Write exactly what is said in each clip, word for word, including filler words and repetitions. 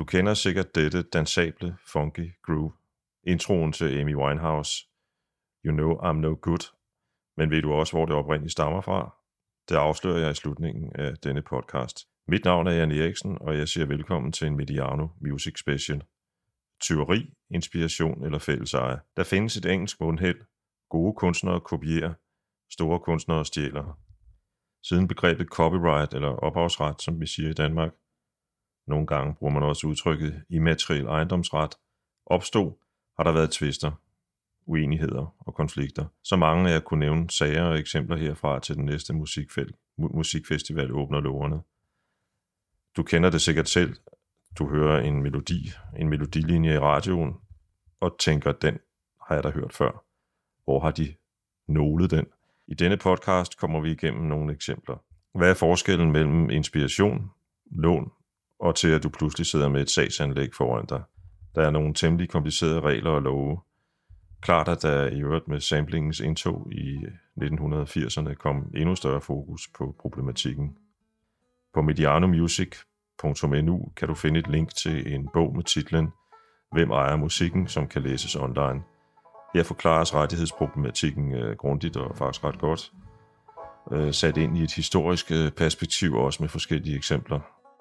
Du kender sikkert dette dansable, funky groove. Introen til Amy Winehouse, You Know I'm No Good. Men ved du også, hvor det oprindeligt stammer fra? Det afslører jeg i slutningen af denne podcast. Mit navn er Jan Eriksen, og jeg siger velkommen til en Mediano Music Special. Tyveri, inspiration eller fælleseje. Der findes et engelsk mundheld. Gode kunstnere kopierer, store kunstnere stjæler. Siden begrebet copyright eller ophavsret, som vi siger i Danmark, nogle gange bruger man også udtrykket immateriel ejendomsret, opstod, har der været tvister, uenigheder og konflikter. Så mange af jer kunne nævne sager og eksempler herfra til den næste musikfestival åbner loverne. Du kender det sikkert selv. Du hører en melodi, en melodilinje i radioen, og tænker, den har jeg da hørt før. Hvor har de nålet den? I denne podcast kommer vi igennem nogle eksempler. Hvad er forskellen mellem inspiration, lån, og til at du pludselig sidder med et sagsanlæg foran dig? Der er nogle temmelig komplicerede regler og love. Klart, at der i øvrigt med samplingens indtog i nitten firserne kom endnu større fokus på problematikken. På mediano music punktum n u kan du finde et link til en bog med titlen Hvem ejer musikken, som kan læses online. Her forklares rettighedsproblematikken øh, grundigt og faktisk ret godt, øh, sat ind i et historisk perspektiv også med forskellige eksempler.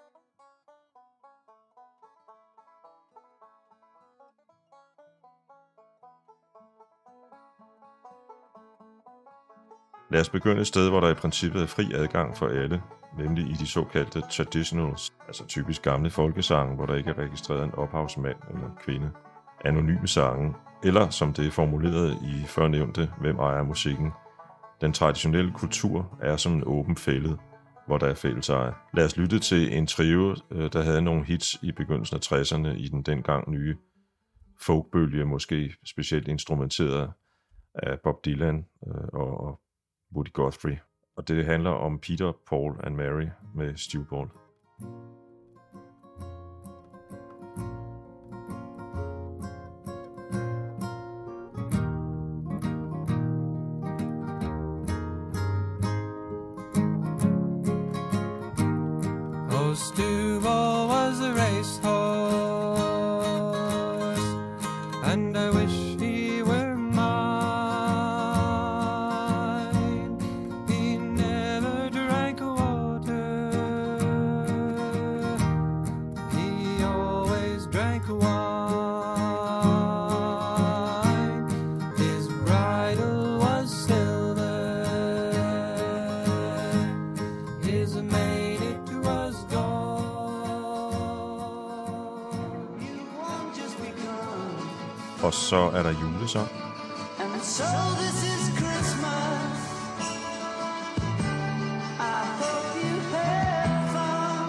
Lad os begynde et sted, hvor der i princippet er fri adgang for alle, nemlig i de såkaldte traditionals, altså typisk gamle folkesange, hvor der ikke er registreret en ophavsmand eller kvinde. Anonyme sange, eller som det er formuleret i førnævnte, hvem ejer musikken. Den traditionelle kultur er som en åben fælde, hvor der er fælleseje. Lad os lytte til en trio, der havde nogle hits i begyndelsen af tresserne i den dengang nye folkbølge, måske specielt instrumenteret af Bob Dylan og Woody Guthrie. Og det handler om Peter, Paul and Mary med Stewball. Oh, Stewball was a racehorse, and I wish he were mine. He never drank water, he always drank wine. His bridle was silver, his mane it was Og så er der julesang. And so this is Christmas. I hope you have fun.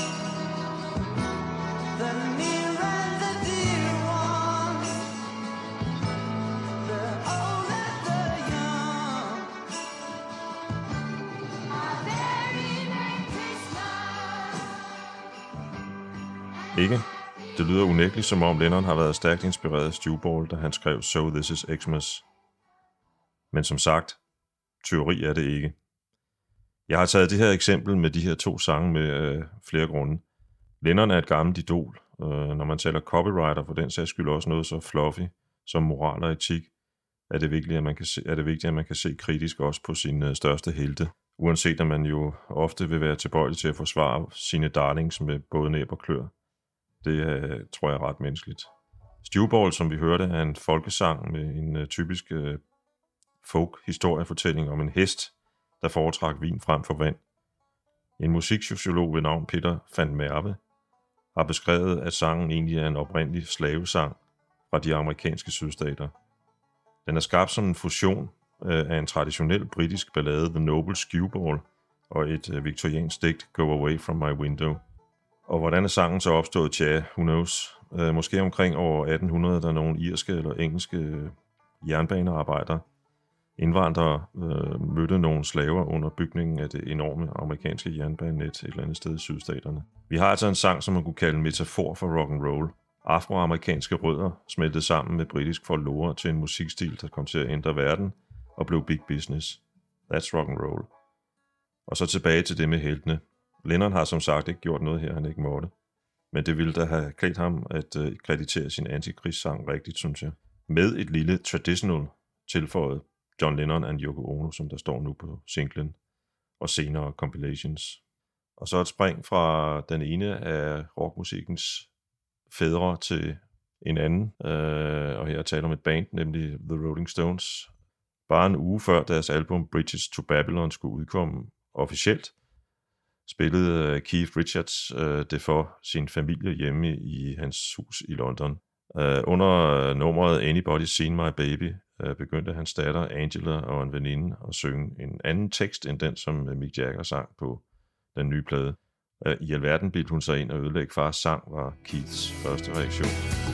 The near and the dear ones, the old and the young. A very Merry Christmas. Ikke? Det lyder unægteligt, som om Lennon har været stærkt inspireret af Stewball, da han skrev So This Is Xmas. Men som sagt, teori er det ikke. Jeg har taget det her eksempel med de her to sange med øh, flere grunde. Lennon er et gammelt idol. Øh, når man taler copyright, og for den sags skyld også noget så fluffy som moral og etik, er det vigtigt, at man kan se, er det vigtigt, at man kan se kritisk også på sine øh, største helte. Uanset at man jo ofte vil være tilbøjelig til at forsvare sine darlings med både næb og klør. Det uh, tror jeg er ret menneskeligt. Stewball, som vi hørte, er en folkesang med en uh, typisk uh, folk-historiefortælling om en hest, der foretrak vin frem for vand. En musiksociolog ved navn Peter van Merwe har beskrevet, at sangen egentlig er en oprindelig slavesang fra de amerikanske sydstater. Den er skabt som en fusion uh, af en traditionel britisk ballade The Noble Stewball og et uh, viktoriansk digt Go Away From My Window. Og hvordan er sangen så opstået? Tja, who knows? Øh, måske omkring år atten hundrede, der nogle irske eller engelske jernbanearbejdere, indvandrere, øh, mødte nogle slaver under bygningen af det enorme amerikanske jernbanenet et eller andet sted i sydstaterne. Vi har altså en sang, som man kunne kalde en metafor for rock and roll. Afroamerikanske rødder smeltede sammen med britisk folklore til en musikstil, der kom til at ændre verden og blev big business. That's rock and roll. Og så tilbage til det med heltene. Lennon har som sagt ikke gjort noget her, han ikke måtte. men det ville da have klædt ham at uh, kreditere sin antikrigssang rigtigt, synes jeg. Med et lille traditional tilføjet John Lennon and Yoko Ono, som der står nu på singlen, og senere compilations. Og så et spring fra den ene af rockmusikkens fædre til en anden, øh, og her taler om et band, nemlig The Rolling Stones. Bare en uge før deres album Bridges to Babylon skulle udkomme officielt, spillede Keith Richards øh, det for sin familie hjemme i hans hus i London. Øh, under nummeret Anybody's Seen My Baby øh, begyndte hans datter Angela og en veninde at synge en anden tekst end den, som Mick Jagger sang på den nye plade. Øh, I alverden bildte hun sig ind og ødelægge fars sang, var Keiths første reaktion.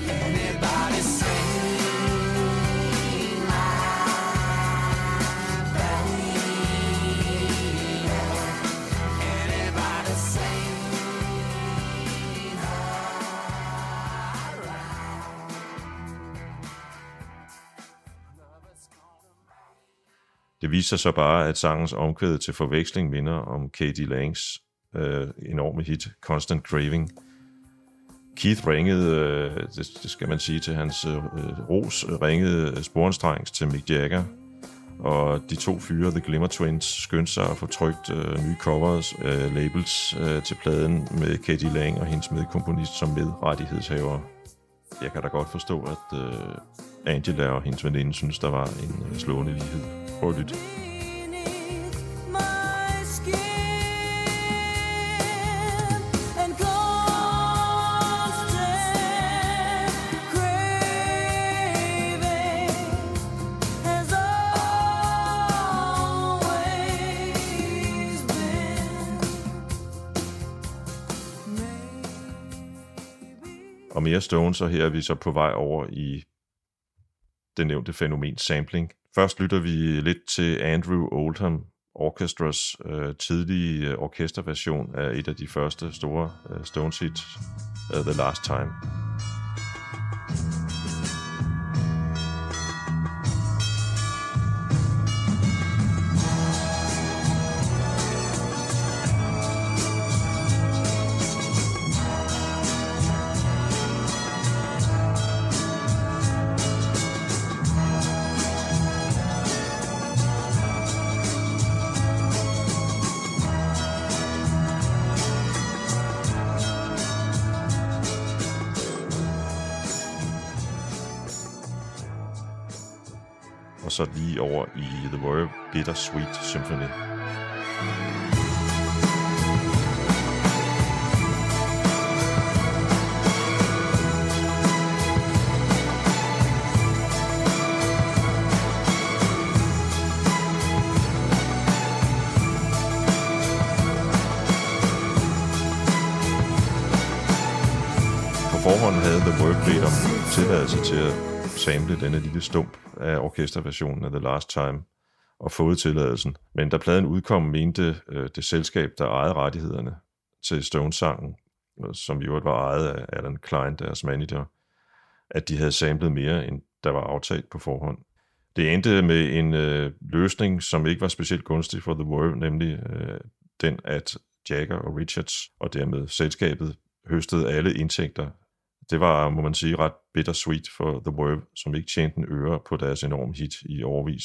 Det viser sig så bare, at sangens omkvæd til forveksling minder om K D Langs øh, enorme hit Constant Craving. Keith ringede, øh, det, det skal man sige til hans øh, ros, ringede sporenstrengs til Mick Jagger, og de to fyre, The Glimmer Twins, skyndte sig at få trykt øh, nye covers, øh, labels øh, til pladen med K D Lang og hendes medkomponist som medrettighedshaver. Jeg kan da godt forstå, at øh, Angela og hendes veninde synes, der var en øh, slående lighed. Prøv at lytte. Og mere Stones, og her er vi så på vej over i det nævnte fænomen sampling. Først lytter vi lidt til Andrew Oldham Orchestras øh, tidlige øh, orkesterversion af et af de første store øh, Stones hits, uh, The Last Time. Og så lige over i The Royal Bittersweet Symphony. På forhånd havde The Royal bedt om tilladelse til at sample denne lille stump af orkesterversionen af The Last Time og fået tilladelsen. Men da pladen udkom, mente øh, det selskab, der ejede rettighederne til Stones-sangen, som jo var ejet af Alan Klein, deres manager, at de havde samlet mere, end der var aftalt på forhånd. Det endte med en øh, løsning, som ikke var specielt gunstig for The Verve, nemlig øh, den, at Jagger og Richards og dermed selskabet høstede alle indtægter. Det var, må man sige, ret bittersweet for The Verve, som ikke tjente en øre på deres enorme hit i årevis.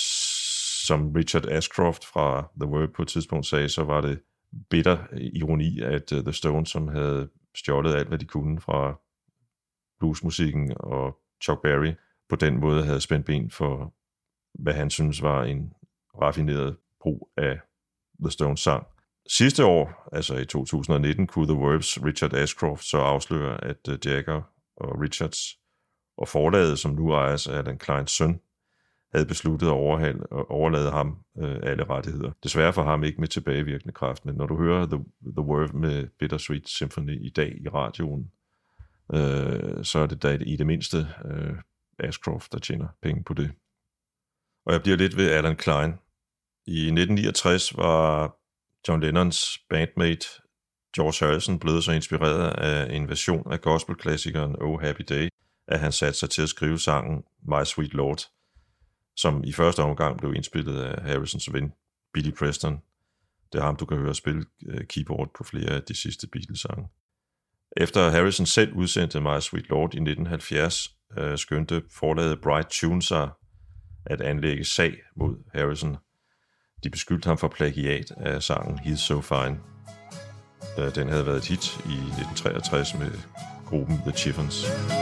Som Richard Ashcroft fra The Verve på et tidspunkt sagde, så var det bitter ironi, at The Stones, som havde stjålet alt, hvad de kunne fra bluesmusikken og Chuck Berry, på den måde havde spændt ben for, hvad han synes var en raffineret brug af The Stones sang. Sidste år, altså i to tusind nitten, kunne The Verve's Richard Ashcroft så afsløre, at Jagger og Richards og forlaget, som nu ejes af Alan Kleins søn, havde besluttet at overlade ham øh, alle rettigheder. Desværre for ham ikke med tilbagevirkende kraft, men når du hører The, The Verve med Bittersweet Symphony i dag i radioen, øh, så er det da i det mindste øh, Ashcroft, der tjener penge på det. Og jeg bliver lidt ved Alan Klein. I nitten niogtres var John Lennons bandmate George Harrison blev så inspireret af en version af gospelklassikeren Oh Happy Day, at han satte sig til at skrive sangen My Sweet Lord, som i første omgang blev indspillet af Harrisons ven Billy Preston. Det er ham, du kan høre spille keyboard på flere af de sidste Beatles-sange. Efter Harrison selv udsendte My Sweet Lord i nitten halvfjerds, øh, skyndte forlaget Bright Tunes sig at anlægge sag mod Harrison. De beskyldte ham for plagiat af sangen He's So Fine. Øh, den havde været et hit i nitten treogtres med gruppen The Chiffons.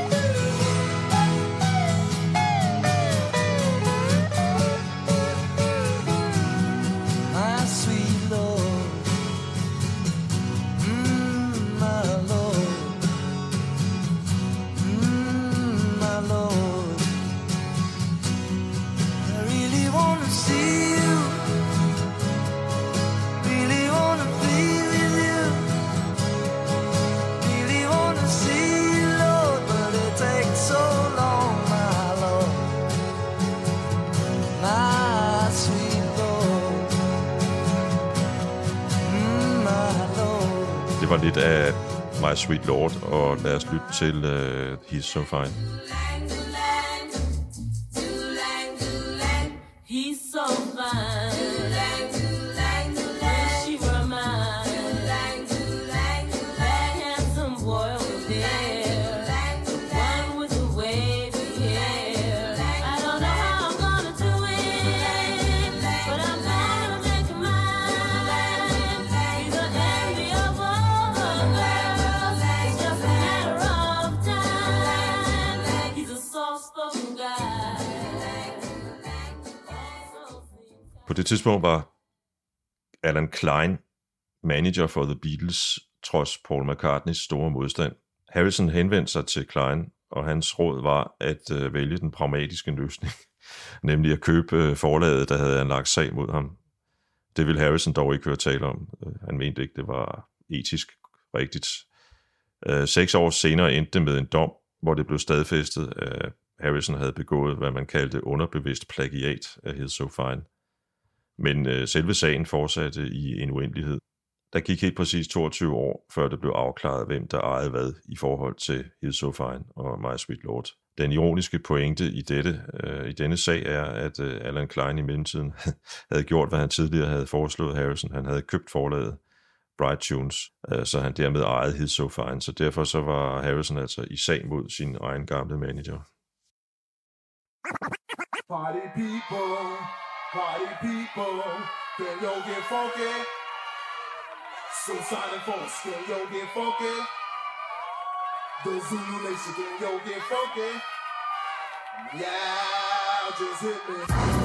Det var lidt af My Sweet Lord, og lad os lytte til uh, He's So Fine. He's so fine. She reminds that handsome boy over there, one with the wavy hair. I don't know how I'm gonna do it, but I'm gonna make him mine. He's an envy of all the girls. It's just a matter of time. He's a soft-spoken guy. På det tidspunkt var Alan Klein manager for The Beatles, trods Paul McCartneys store modstand. Harrison henvendte sig til Klein, og hans råd var at øh, vælge den pragmatiske løsning, nemlig at købe øh, forlaget, der havde anlagt sag mod ham. Det ville Harrison dog ikke høre tale om. Han mente ikke, det var etisk rigtigt. Øh, seks år senere endte det med en dom, hvor det blev stadfæstet, at Harrison havde begået, hvad man kaldte underbevidst plagiat af He's So Fine. Men øh, selve sagen fortsatte i en uendelighed. Der gik helt præcis toogtyve år, før det blev afklaret, hvem der ejede hvad i forhold til He's So Fine og My Sweet Lord. Den ironiske pointe i, dette, øh, i denne sag er, at øh, Alan Klein i mellemtiden havde gjort, hvad han tidligere havde foreslået Harrison. Han havde købt forlaget Bright Tunes, øh, så han dermed ejede He's So Fine. Så derfor så var Harrison altså i sag mod sin egen gamle manager. Party people, party people, can yo get funky? So Sonic Force, can yo get funky? The Zulu Nation, can yo get funky? Yeah, just hit me.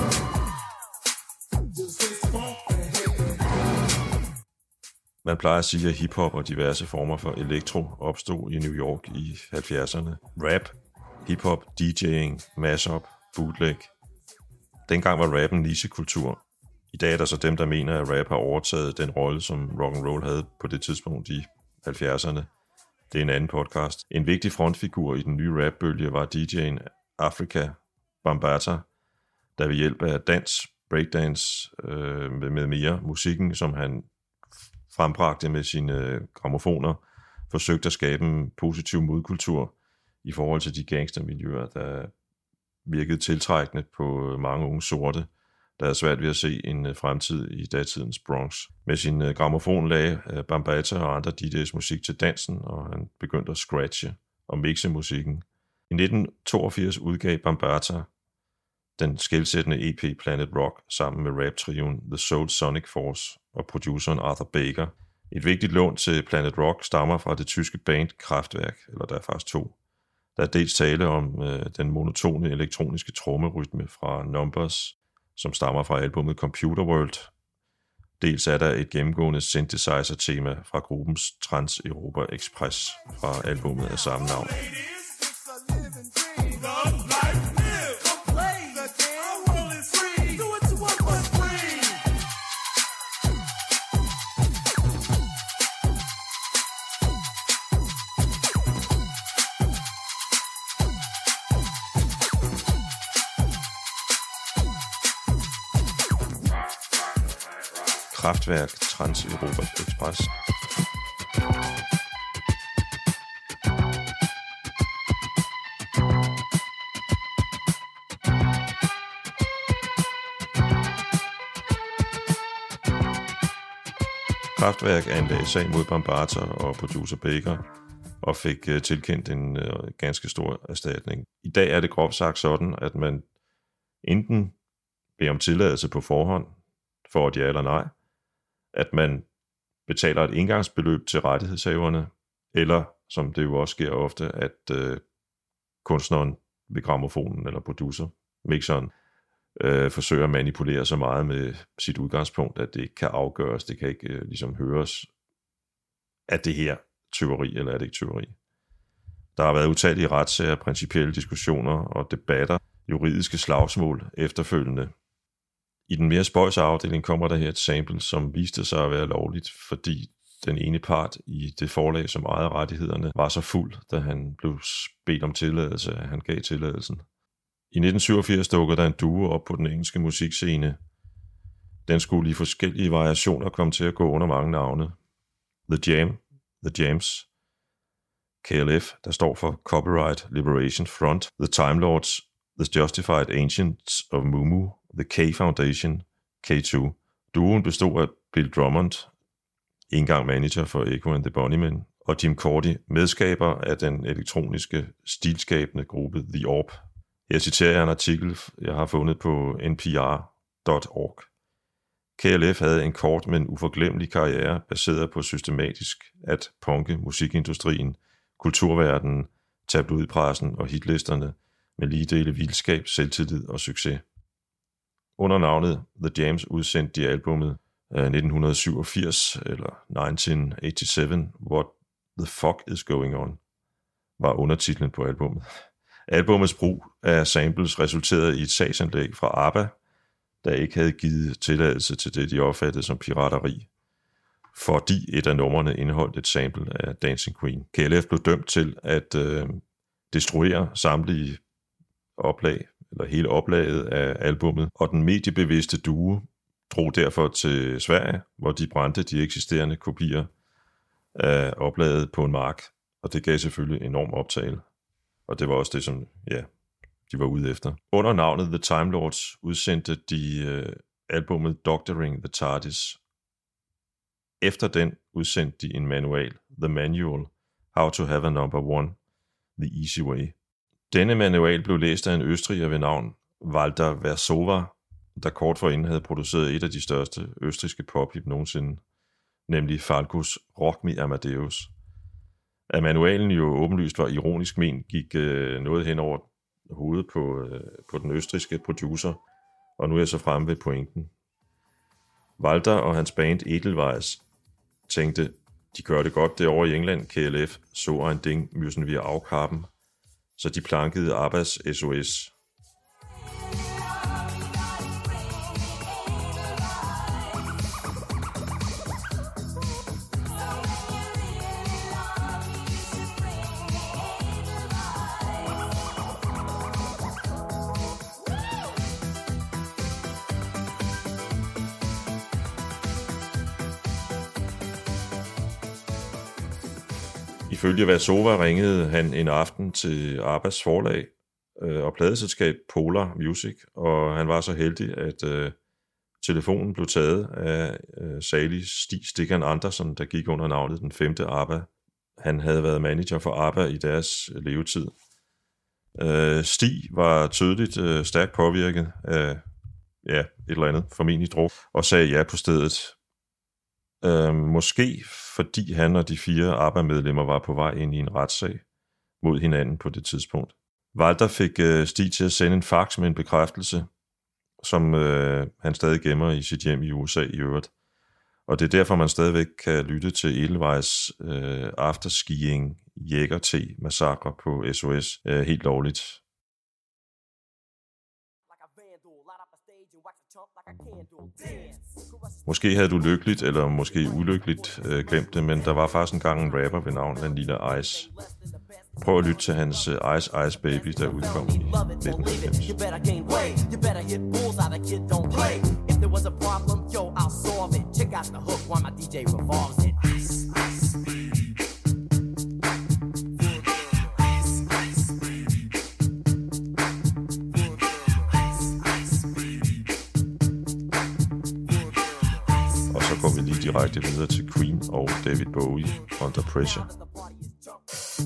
Just hit the funk and hit me. Man plejer at sige, at hiphop og diverse former for elektro opstod i New York i halvfjerdserne. Rap, hiphop, DJing, mashup, bootleg. Dengang var rap en nichekultur. I dag er der så dem, der mener, at rap har overtaget den rolle, som rock and roll havde på det tidspunkt i halvfjerdserne. Det er en anden podcast. En vigtig frontfigur i den nye rapbølge var D J'en Afrika Bambaataa, der ved hjælp af dans, breakdance øh, med, med mere musikken, som han frembragte med sine gramofoner, forsøgte at skabe en positiv modkultur i forhold til de gangstermiljøer, der virkede tiltrækkende på mange unge sorte, der er svært ved at se en fremtid i datidens Bronx. Med sin gramofon lagde Bambaataa og andre D J's musik til dansen, og han begyndte at scratche og mixe musikken. I nitten toogfirs udgav Bambaataa den skelsættende E P Planet Rock sammen med rap-trioen The Soul Sonic Force og produceren Arthur Baker. Et vigtigt lån til Planet Rock stammer fra det tyske band Kraftwerk, eller der er faktisk to. Der er dels tale om øh, den monotone elektroniske trommerytme fra Numbers, som stammer fra albumet Computer World. Dels er der et gennemgående synthesizer-tema fra gruppens Trans-Europa Express fra albumet af samme navn. Kraftwerk Trans-Europa Express. Kraftwerk anlagde sag mod Bambaataa og producer Baker, og fik øh, tilkendt en øh, ganske stor erstatning. I dag er det groft sagt sådan, at man enten beder om tilladelse på forhånd, for et ja eller nej, at man betaler et engangsbeløb til rettighedshaverne, eller, som det jo også sker ofte, at øh, kunstneren ved gramofonen eller producer, mixeren, øh, forsøger at manipulere så meget med sit udgangspunkt, at det ikke kan afgøres, det kan ikke øh, ligesom høres, at det her tyveri, eller er det ikke tyveri. Der har været utallige retssager, principielle diskussioner og debatter, juridiske slagsmål efterfølgende. I den mere spøjse afdeling kommer der her et sample, som viste sig at være lovligt, fordi den ene part i det forlag, som ejede rettighederne, var så fuld, da han blev bedt om tilladelse, at han gav tilladelsen. I nitten syvogfirs dukkede der en duo op på den engelske musikscene. Den skulle i forskellige variationer komme til at gå under mange navne. The Jam, The Jams, K L F, der står for Copyright Liberation Front, The Time Lords, The Justified Ancients of Mumu, The K Foundation, K to. Duoen bestod af Bill Drummond, engang manager for Echo and the Bunnymen, og Jim Cordy, medskaber af den elektroniske, stilskabende gruppe The Orb. Her citerer jeg en artikel, jeg har fundet på N P R punktum org. K L F havde en kort, men uforglemmelig karriere, baseret på systematisk at punke musikindustrien, kulturverdenen, tabloidpressen og hitlisterne, med lige dele vildskab, selvtillid og succes. Under navnet The Jams udsendte de albumet nitten syvogfirs, eller nitten otteogtyve, What the Fuck is Going On, var undertitlen på albumet. Albumets brug af samples resulterede i et sagsanlæg fra ABBA, der ikke havde givet tilladelse til det, de opfattede som pirateri, fordi et af numrene indeholdt et sample af Dancing Queen. K L F blev dømt til at øh, destruere samtlige oplag, eller hele oplaget af albummet, og den mediebevidste duo drog derfor til Sverige, hvor de brændte de eksisterende kopier af oplaget på en mark, og det gav selvfølgelig enorm optale. Og det var også det, som ja, de var ude efter. Under navnet The Time Lords udsendte de øh, albumet Doctoring the TARDIS. Efter den udsendte de en manual, The Manual, How to Have a Number One, The Easy Way. Denne manual blev læst af en østriger ved navn Walter Versova, der kort forinden havde produceret et af de største østrigske pophit nogensinde, nemlig Falcos Rock Me Amadeus. At manualen jo åbenlyst var ironisk ment, gik øh, noget hen over hovedet på, øh, på den østrigske producer, og nu er jeg så fremme ved pointen. Walter og hans band Edelweiss tænkte, de gør det godt derovre i England, K L F, så en ding müssen wir auch haben, så de plankede Abbas S O S. Ifølge Versova ringede han en aften til Abbas forlag øh, og pladeselskab Polar Music, og han var så heldig, at øh, telefonen blev taget af øh, salig Stig Stikkan Andersen, der gik under navnet den femte ABBA. Han havde været manager for ABBA i deres levetid. Øh, Stig var tydeligt øh, stærkt påvirket af ja, et eller andet, formentlig druk, og sagde ja på stedet. Øh, måske fordi han og de fire ABBA-medlemmer var på vej ind i en retssag mod hinanden på det tidspunkt. Walter fik øh, Stig til at sende en fax med en bekræftelse, som øh, han stadig gemmer i sit hjem i U S A i øvrigt. Og det er derfor, man stadigvæk kan lytte til Edelweiss øh, afterskiing Jäger-T-massakre på S O S øh, helt lovligt. Måske havde du lykkeligt, eller måske ulykkeligt øh, glemt det, men der var faktisk engang en rapper ved navn Vanilla Ice. Prøv at lytte til hans uh, Ice Ice Baby, der udkom i nitten halvfems. You better gain weight, you better hit bullseye, the kid don't play. If there was a problem, yo, I'll solve it. Check out the hook while my D J revolves it. Ice, ice, Og så går vi lige direkte videre til Queen og David Bowie, Under Pressure. the party is jumping.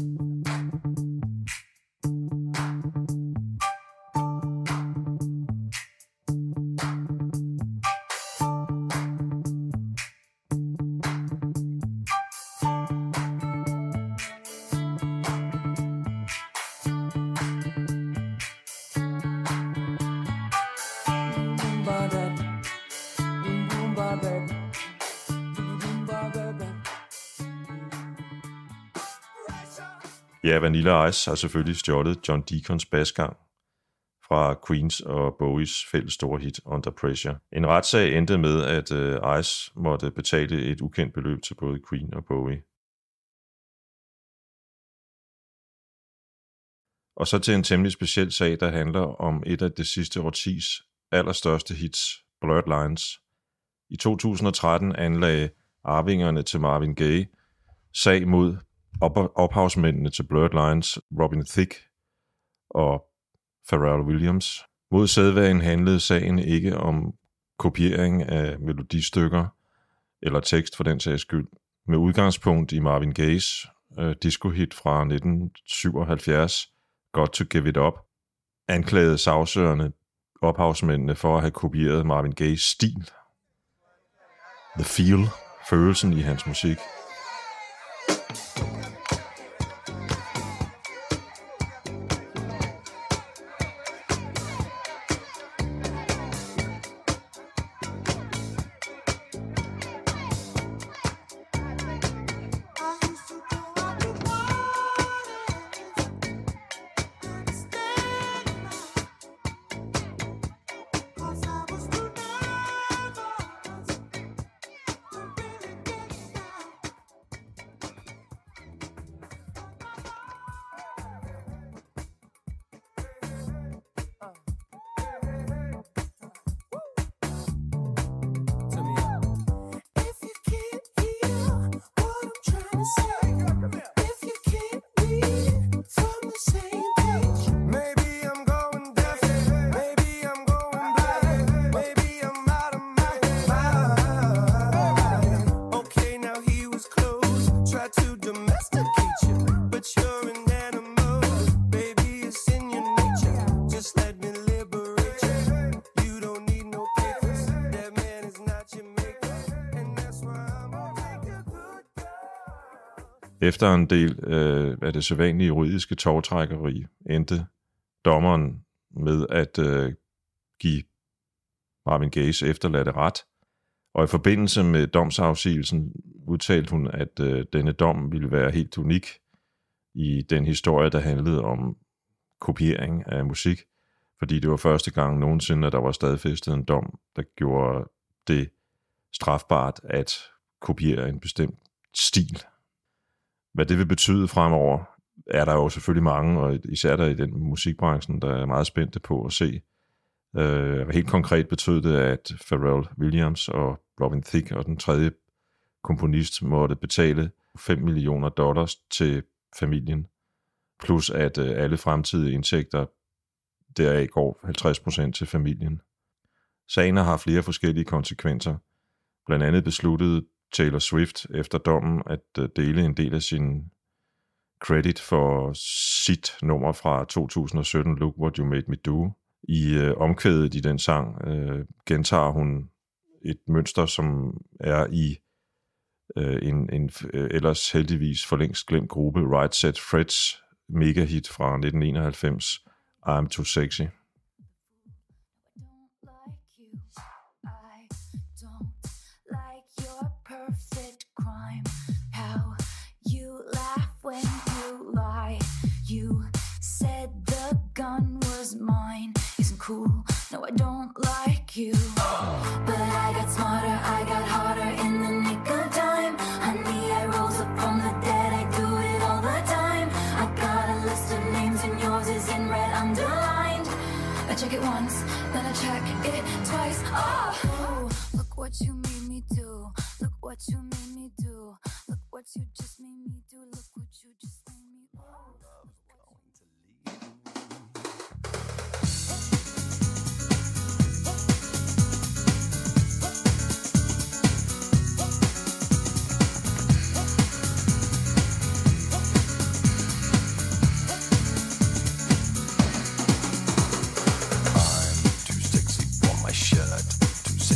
Ja, Vanilla Ice har selvfølgelig stjålet John Deacons basgang fra Queens og Bowies fælles store hit Under Pressure. En retssag endte med, at uh, Ice måtte betale et ukendt beløb til både Queen og Bowie. Og så til en temmelig speciel sag, der handler om et af det sidste årtis allerstørste hits, Blurred Lines. I to tusind og tretten anlagde arvingerne til Marvin Gaye sag mod op- ophavsmændene til Blurred Lines, Robin Thicke og Pharrell Williams. Mod sædvanen handlede sagen ikke om kopiering af melodistykker eller tekst for den sags skyld. Med udgangspunkt i Marvin Gayes øh, disco-hit fra nitten syvoghalvfjerds, Got to Give It Up, anklagede sagsøgerne ophavsmændene for at have kopieret Marvin Gayes stil. The feel, følelsen i hans musik. Efter en del øh, af det sædvanlige juridiske tovtrækkeri endte dommeren med at øh, give Marvin Gayes efterladte ret, og i forbindelse med domsafsigelsen udtalte hun, at øh, denne dom ville være helt unik i den historie, der handlede om kopiering af musik, fordi det var første gang nogensinde, at der var stadfæstet en dom, der gjorde det strafbart at kopiere en bestemt stil. Hvad det vil betyde fremover, er der jo selvfølgelig mange, og især der i den musikbranchen, der er meget spændte på at se. Uh, helt konkret betød det, at Pharrell Williams og Robin Thicke og den tredje komponist måtte betale fem millioner dollars til familien, plus at uh, alle fremtidige indtægter deraf går halvtreds procent til familien. Sagen har flere forskellige konsekvenser. Blandt andet besluttede Taylor Swift efter dommen at dele en del af sin credit for sit nummer fra to tusind og sytten, Look What You Made Me Do. I øh, omkvædet i den sang øh, gentager hun et mønster, som er i øh, en, en øh, ellers heldigvis for længst glemt gruppe, Right Said Fred's megahit fra nitten enoghalvfems, I'm Too Sexy. Cool. No, I don't like you. But I got smarter, I got harder in the nick of time. Honey, I rose up from the dead, I do it all the time. I got a list of names and yours is in red underlined. I check it once, then I check it twice. Oh, look what you made me do. Look what you made me do. Look what you just made me do. Look what you just made me do. Too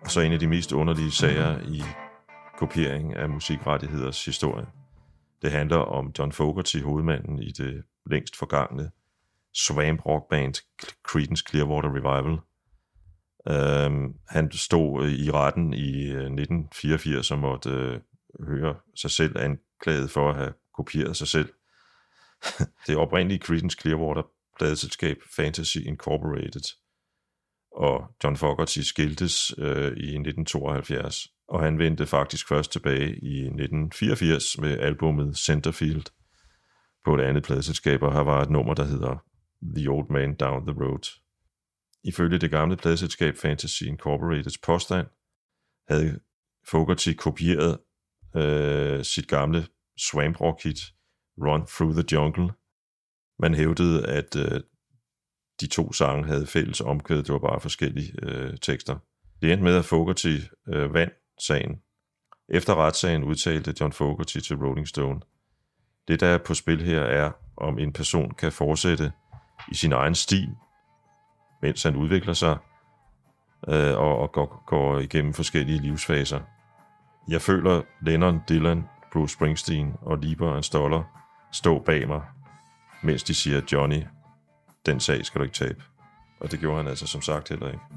så en af de mest underlige sager i kopiering af musikrettigheders historie. Det handler om John Fogerty, hovedmanden i det længst forgangne swamp rockband Creedence Clearwater Revival. Uh, han stod i retten i nitten fireogfirs og måtte uh, høre sig selv anklaget for at have kopieret sig selv. Det oprindelige Creedence Clearwater pladeselskab Fantasy Incorporated, og John Fogerty skiltes uh, i nitten tooghalvfjerds, og han vendte faktisk først tilbage i nitten fireogfirs med albummet Centerfield på et andet pladeselskab, og her var et nummer, der hedder The Old Man Down the Road. Ifølge det gamle pladeselskab Fantasy Incorporateds påstand havde Fogerty kopieret øh, sit gamle swamp rock hit Run Through the Jungle. Man hævdede, at øh, de to sange havde fælles omkvæd, det var bare forskellige øh, tekster. Det endte med, at Fogerty øh, vandt sagen. Efter retssagen udtalte John Fogerty til Rolling Stone: "Det, der er på spil her, er, om en person kan fortsætte i sin egen stil, mens han udvikler sig øh, og, og går, går igennem forskellige livsfaser. Jeg føler Lennon, Dylan, Bruce Springsteen og Lieber and Stoller stå bag mig, mens de siger, Johnny, den sag skal du ikke tabe." Og det gjorde han altså som sagt heller ikke.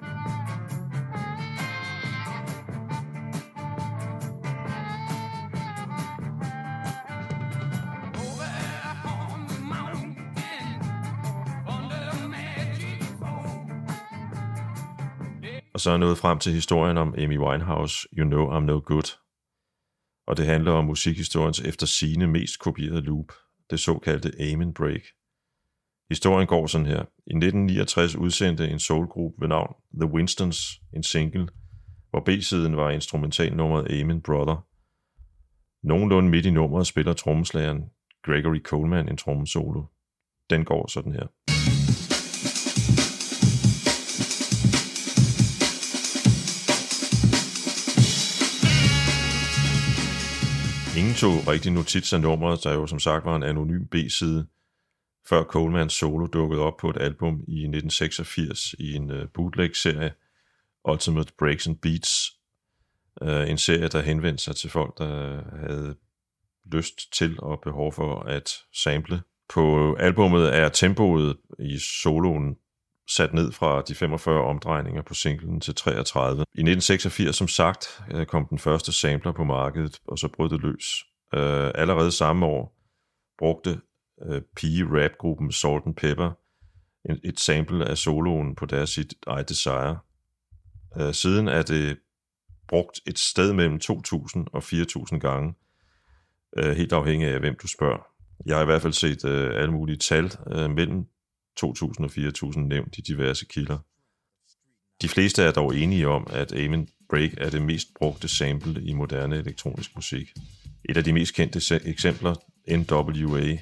Og så er jeg nået frem til historien om Amy Winehouse, You Know I'm No Good. Og det handler om musikhistoriens efter sigende mest kopierede loop, det såkaldte Amen Break. Historien går sådan her. I nitten niogtres udsendte en soulgruppe ved navn The Winstons en single, hvor B-siden var instrumentalnummeret Amen Brother. Nogenlunde midt i nummeret spiller trommeslageren Gregory Coleman en trommesolo. Den går sådan her. Ingen tog rigtig notits af nummeret, der jo som sagt var en anonym B-side, før Colemans solo dukkede op på et album i nitten seksogfirs i en uh, bootleg-serie, Ultimate Breaks and Beats. Uh, en serie, der henvendte sig til folk, der havde lyst til og behov for at sample. På albummet er tempoet i soloen sat ned fra de femogfyrre omdrejninger på singlen til treogtredive. I nitten seksogfirs, som sagt, kom den første sampler på markedet, og så brød det løs. Uh, allerede samme år brugte uh, pige-rap-gruppen Salt and Pepper en, et sample af soloen på deres hit I Desire. Uh, siden er det brugt et sted mellem to tusind og fire tusind gange, uh, helt afhængig af hvem du spørger. Jeg har i hvert fald set uh, alle mulige tal uh, mellem to tusind og fire tusind nævnt i diverse kilder. De fleste er dog enige om, at Amen Break er det mest brugte sample i moderne elektronisk musik. Et af de mest kendte eksempler, N W A.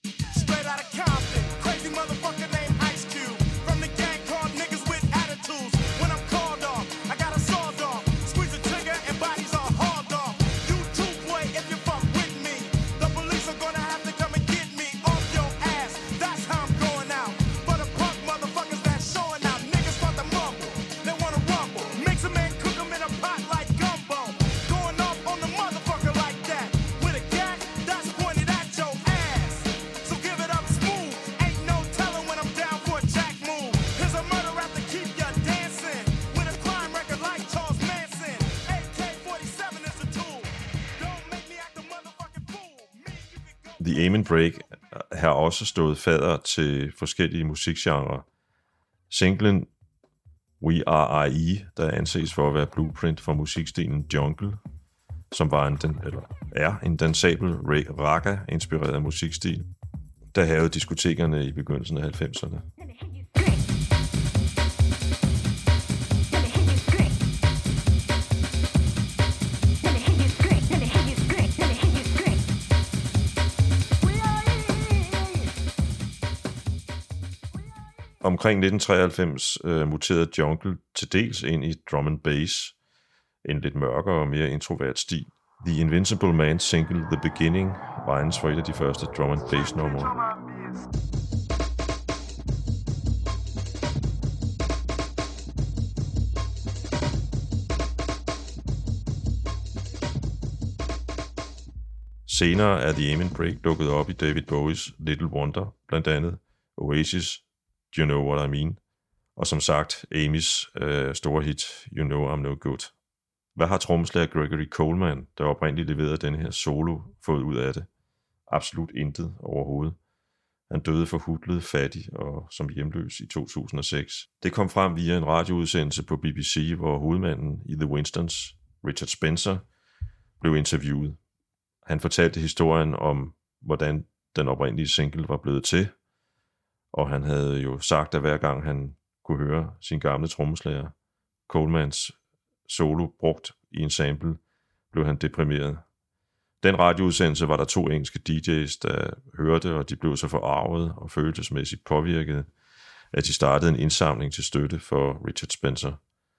The Amen Break har også stået fader til forskellige musikgenrer. Singlen We Are I E, der anses for at være blueprint for musikstilen jungle, som var en, den, eller er en dansabel raga-inspireret musikstil, der havde diskotekerne i begyndelsen af halvfemserne. Omkring nitten treoghalvfems uh, muterede jungle til dels ind i drum and bass, en lidt mørkere og mere introvert stil. The Invincible Man single The Beginning regnes for et af de første drum and bass numre. Senere er The Amen Break dukket op i David Bowies Little Wonder, blandt andet Oasis, Do You Know What I Mean, og som sagt Amys øh, store hit You Know I'm No Good. Hvad har trommeslager Gregory Coleman, der oprindeligt leverede denne her solo, fået ud af det? Absolut intet overhovedet. Han døde forhutlet, fattig og som hjemløs i to tusind og seks. Det kom frem via en radioudsendelse på B B C, hvor hovedmanden i The Winstons, Richard Spencer, blev interviewet. Han fortalte historien om, hvordan den oprindelige single var blevet til, og han havde jo sagt, at hver gang han kunne høre sin gamle trommeslager Colemans solo brugt i en sample, blev han deprimeret. Den radioudsendelse var der to engelske D J's, der hørte, og de blev så forarvet og følelsesmæssigt påvirket, at de startede en indsamling til støtte for Richard Spencer,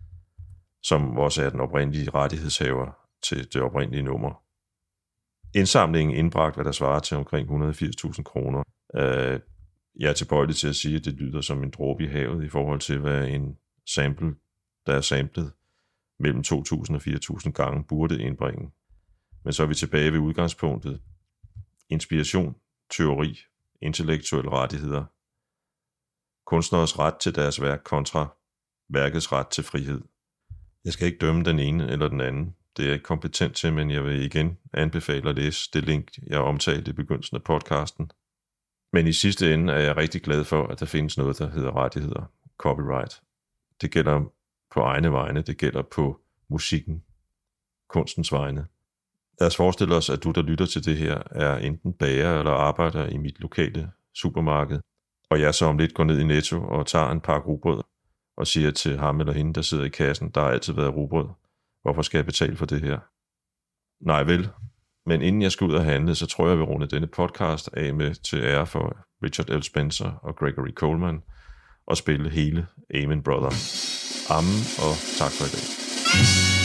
som også er den oprindelige rettighedshaver til det oprindelige nummer. Indsamlingen indbragte, hvad der svarer til omkring et hundrede og firs tusind kroner. Jeg er tilbøjelig til at sige, at det lyder som en dråbe i havet i forhold til, hvad en sample, der er samlet mellem to tusind og fire tusind gange, burde indbringe. Men så er vi tilbage ved udgangspunktet. Inspiration, teori, intellektuelle rettigheder. Kunstneres ret til deres værk kontra værkets ret til frihed. Jeg skal ikke dømme den ene eller den anden. Det er jeg ikke kompetent til, men jeg vil igen anbefale at læse det link, jeg omtalte i begyndelsen af podcasten. Men i sidste ende er jeg rigtig glad for, at der findes noget, der hedder rettigheder. Copyright. Det gælder på egne vegne, det gælder på musikken, kunstens vegne. Lad os forestille os, at du, der lytter til det her, er enten bager eller arbejder i mit lokale supermarked, og jeg så om lidt går ned i Netto og tager en pakke rugbrød og siger til ham eller hende, der sidder i kassen, der har altid været rugbrød. Hvorfor skal jeg betale for det her? Nej vel, men inden jeg skal ud og handle, så tror jeg, jeg vil runde denne podcast af med til ære for Richard L. Spencer og Gregory Coleman og spille hele Amen Brother. Amen, og tak for i dag.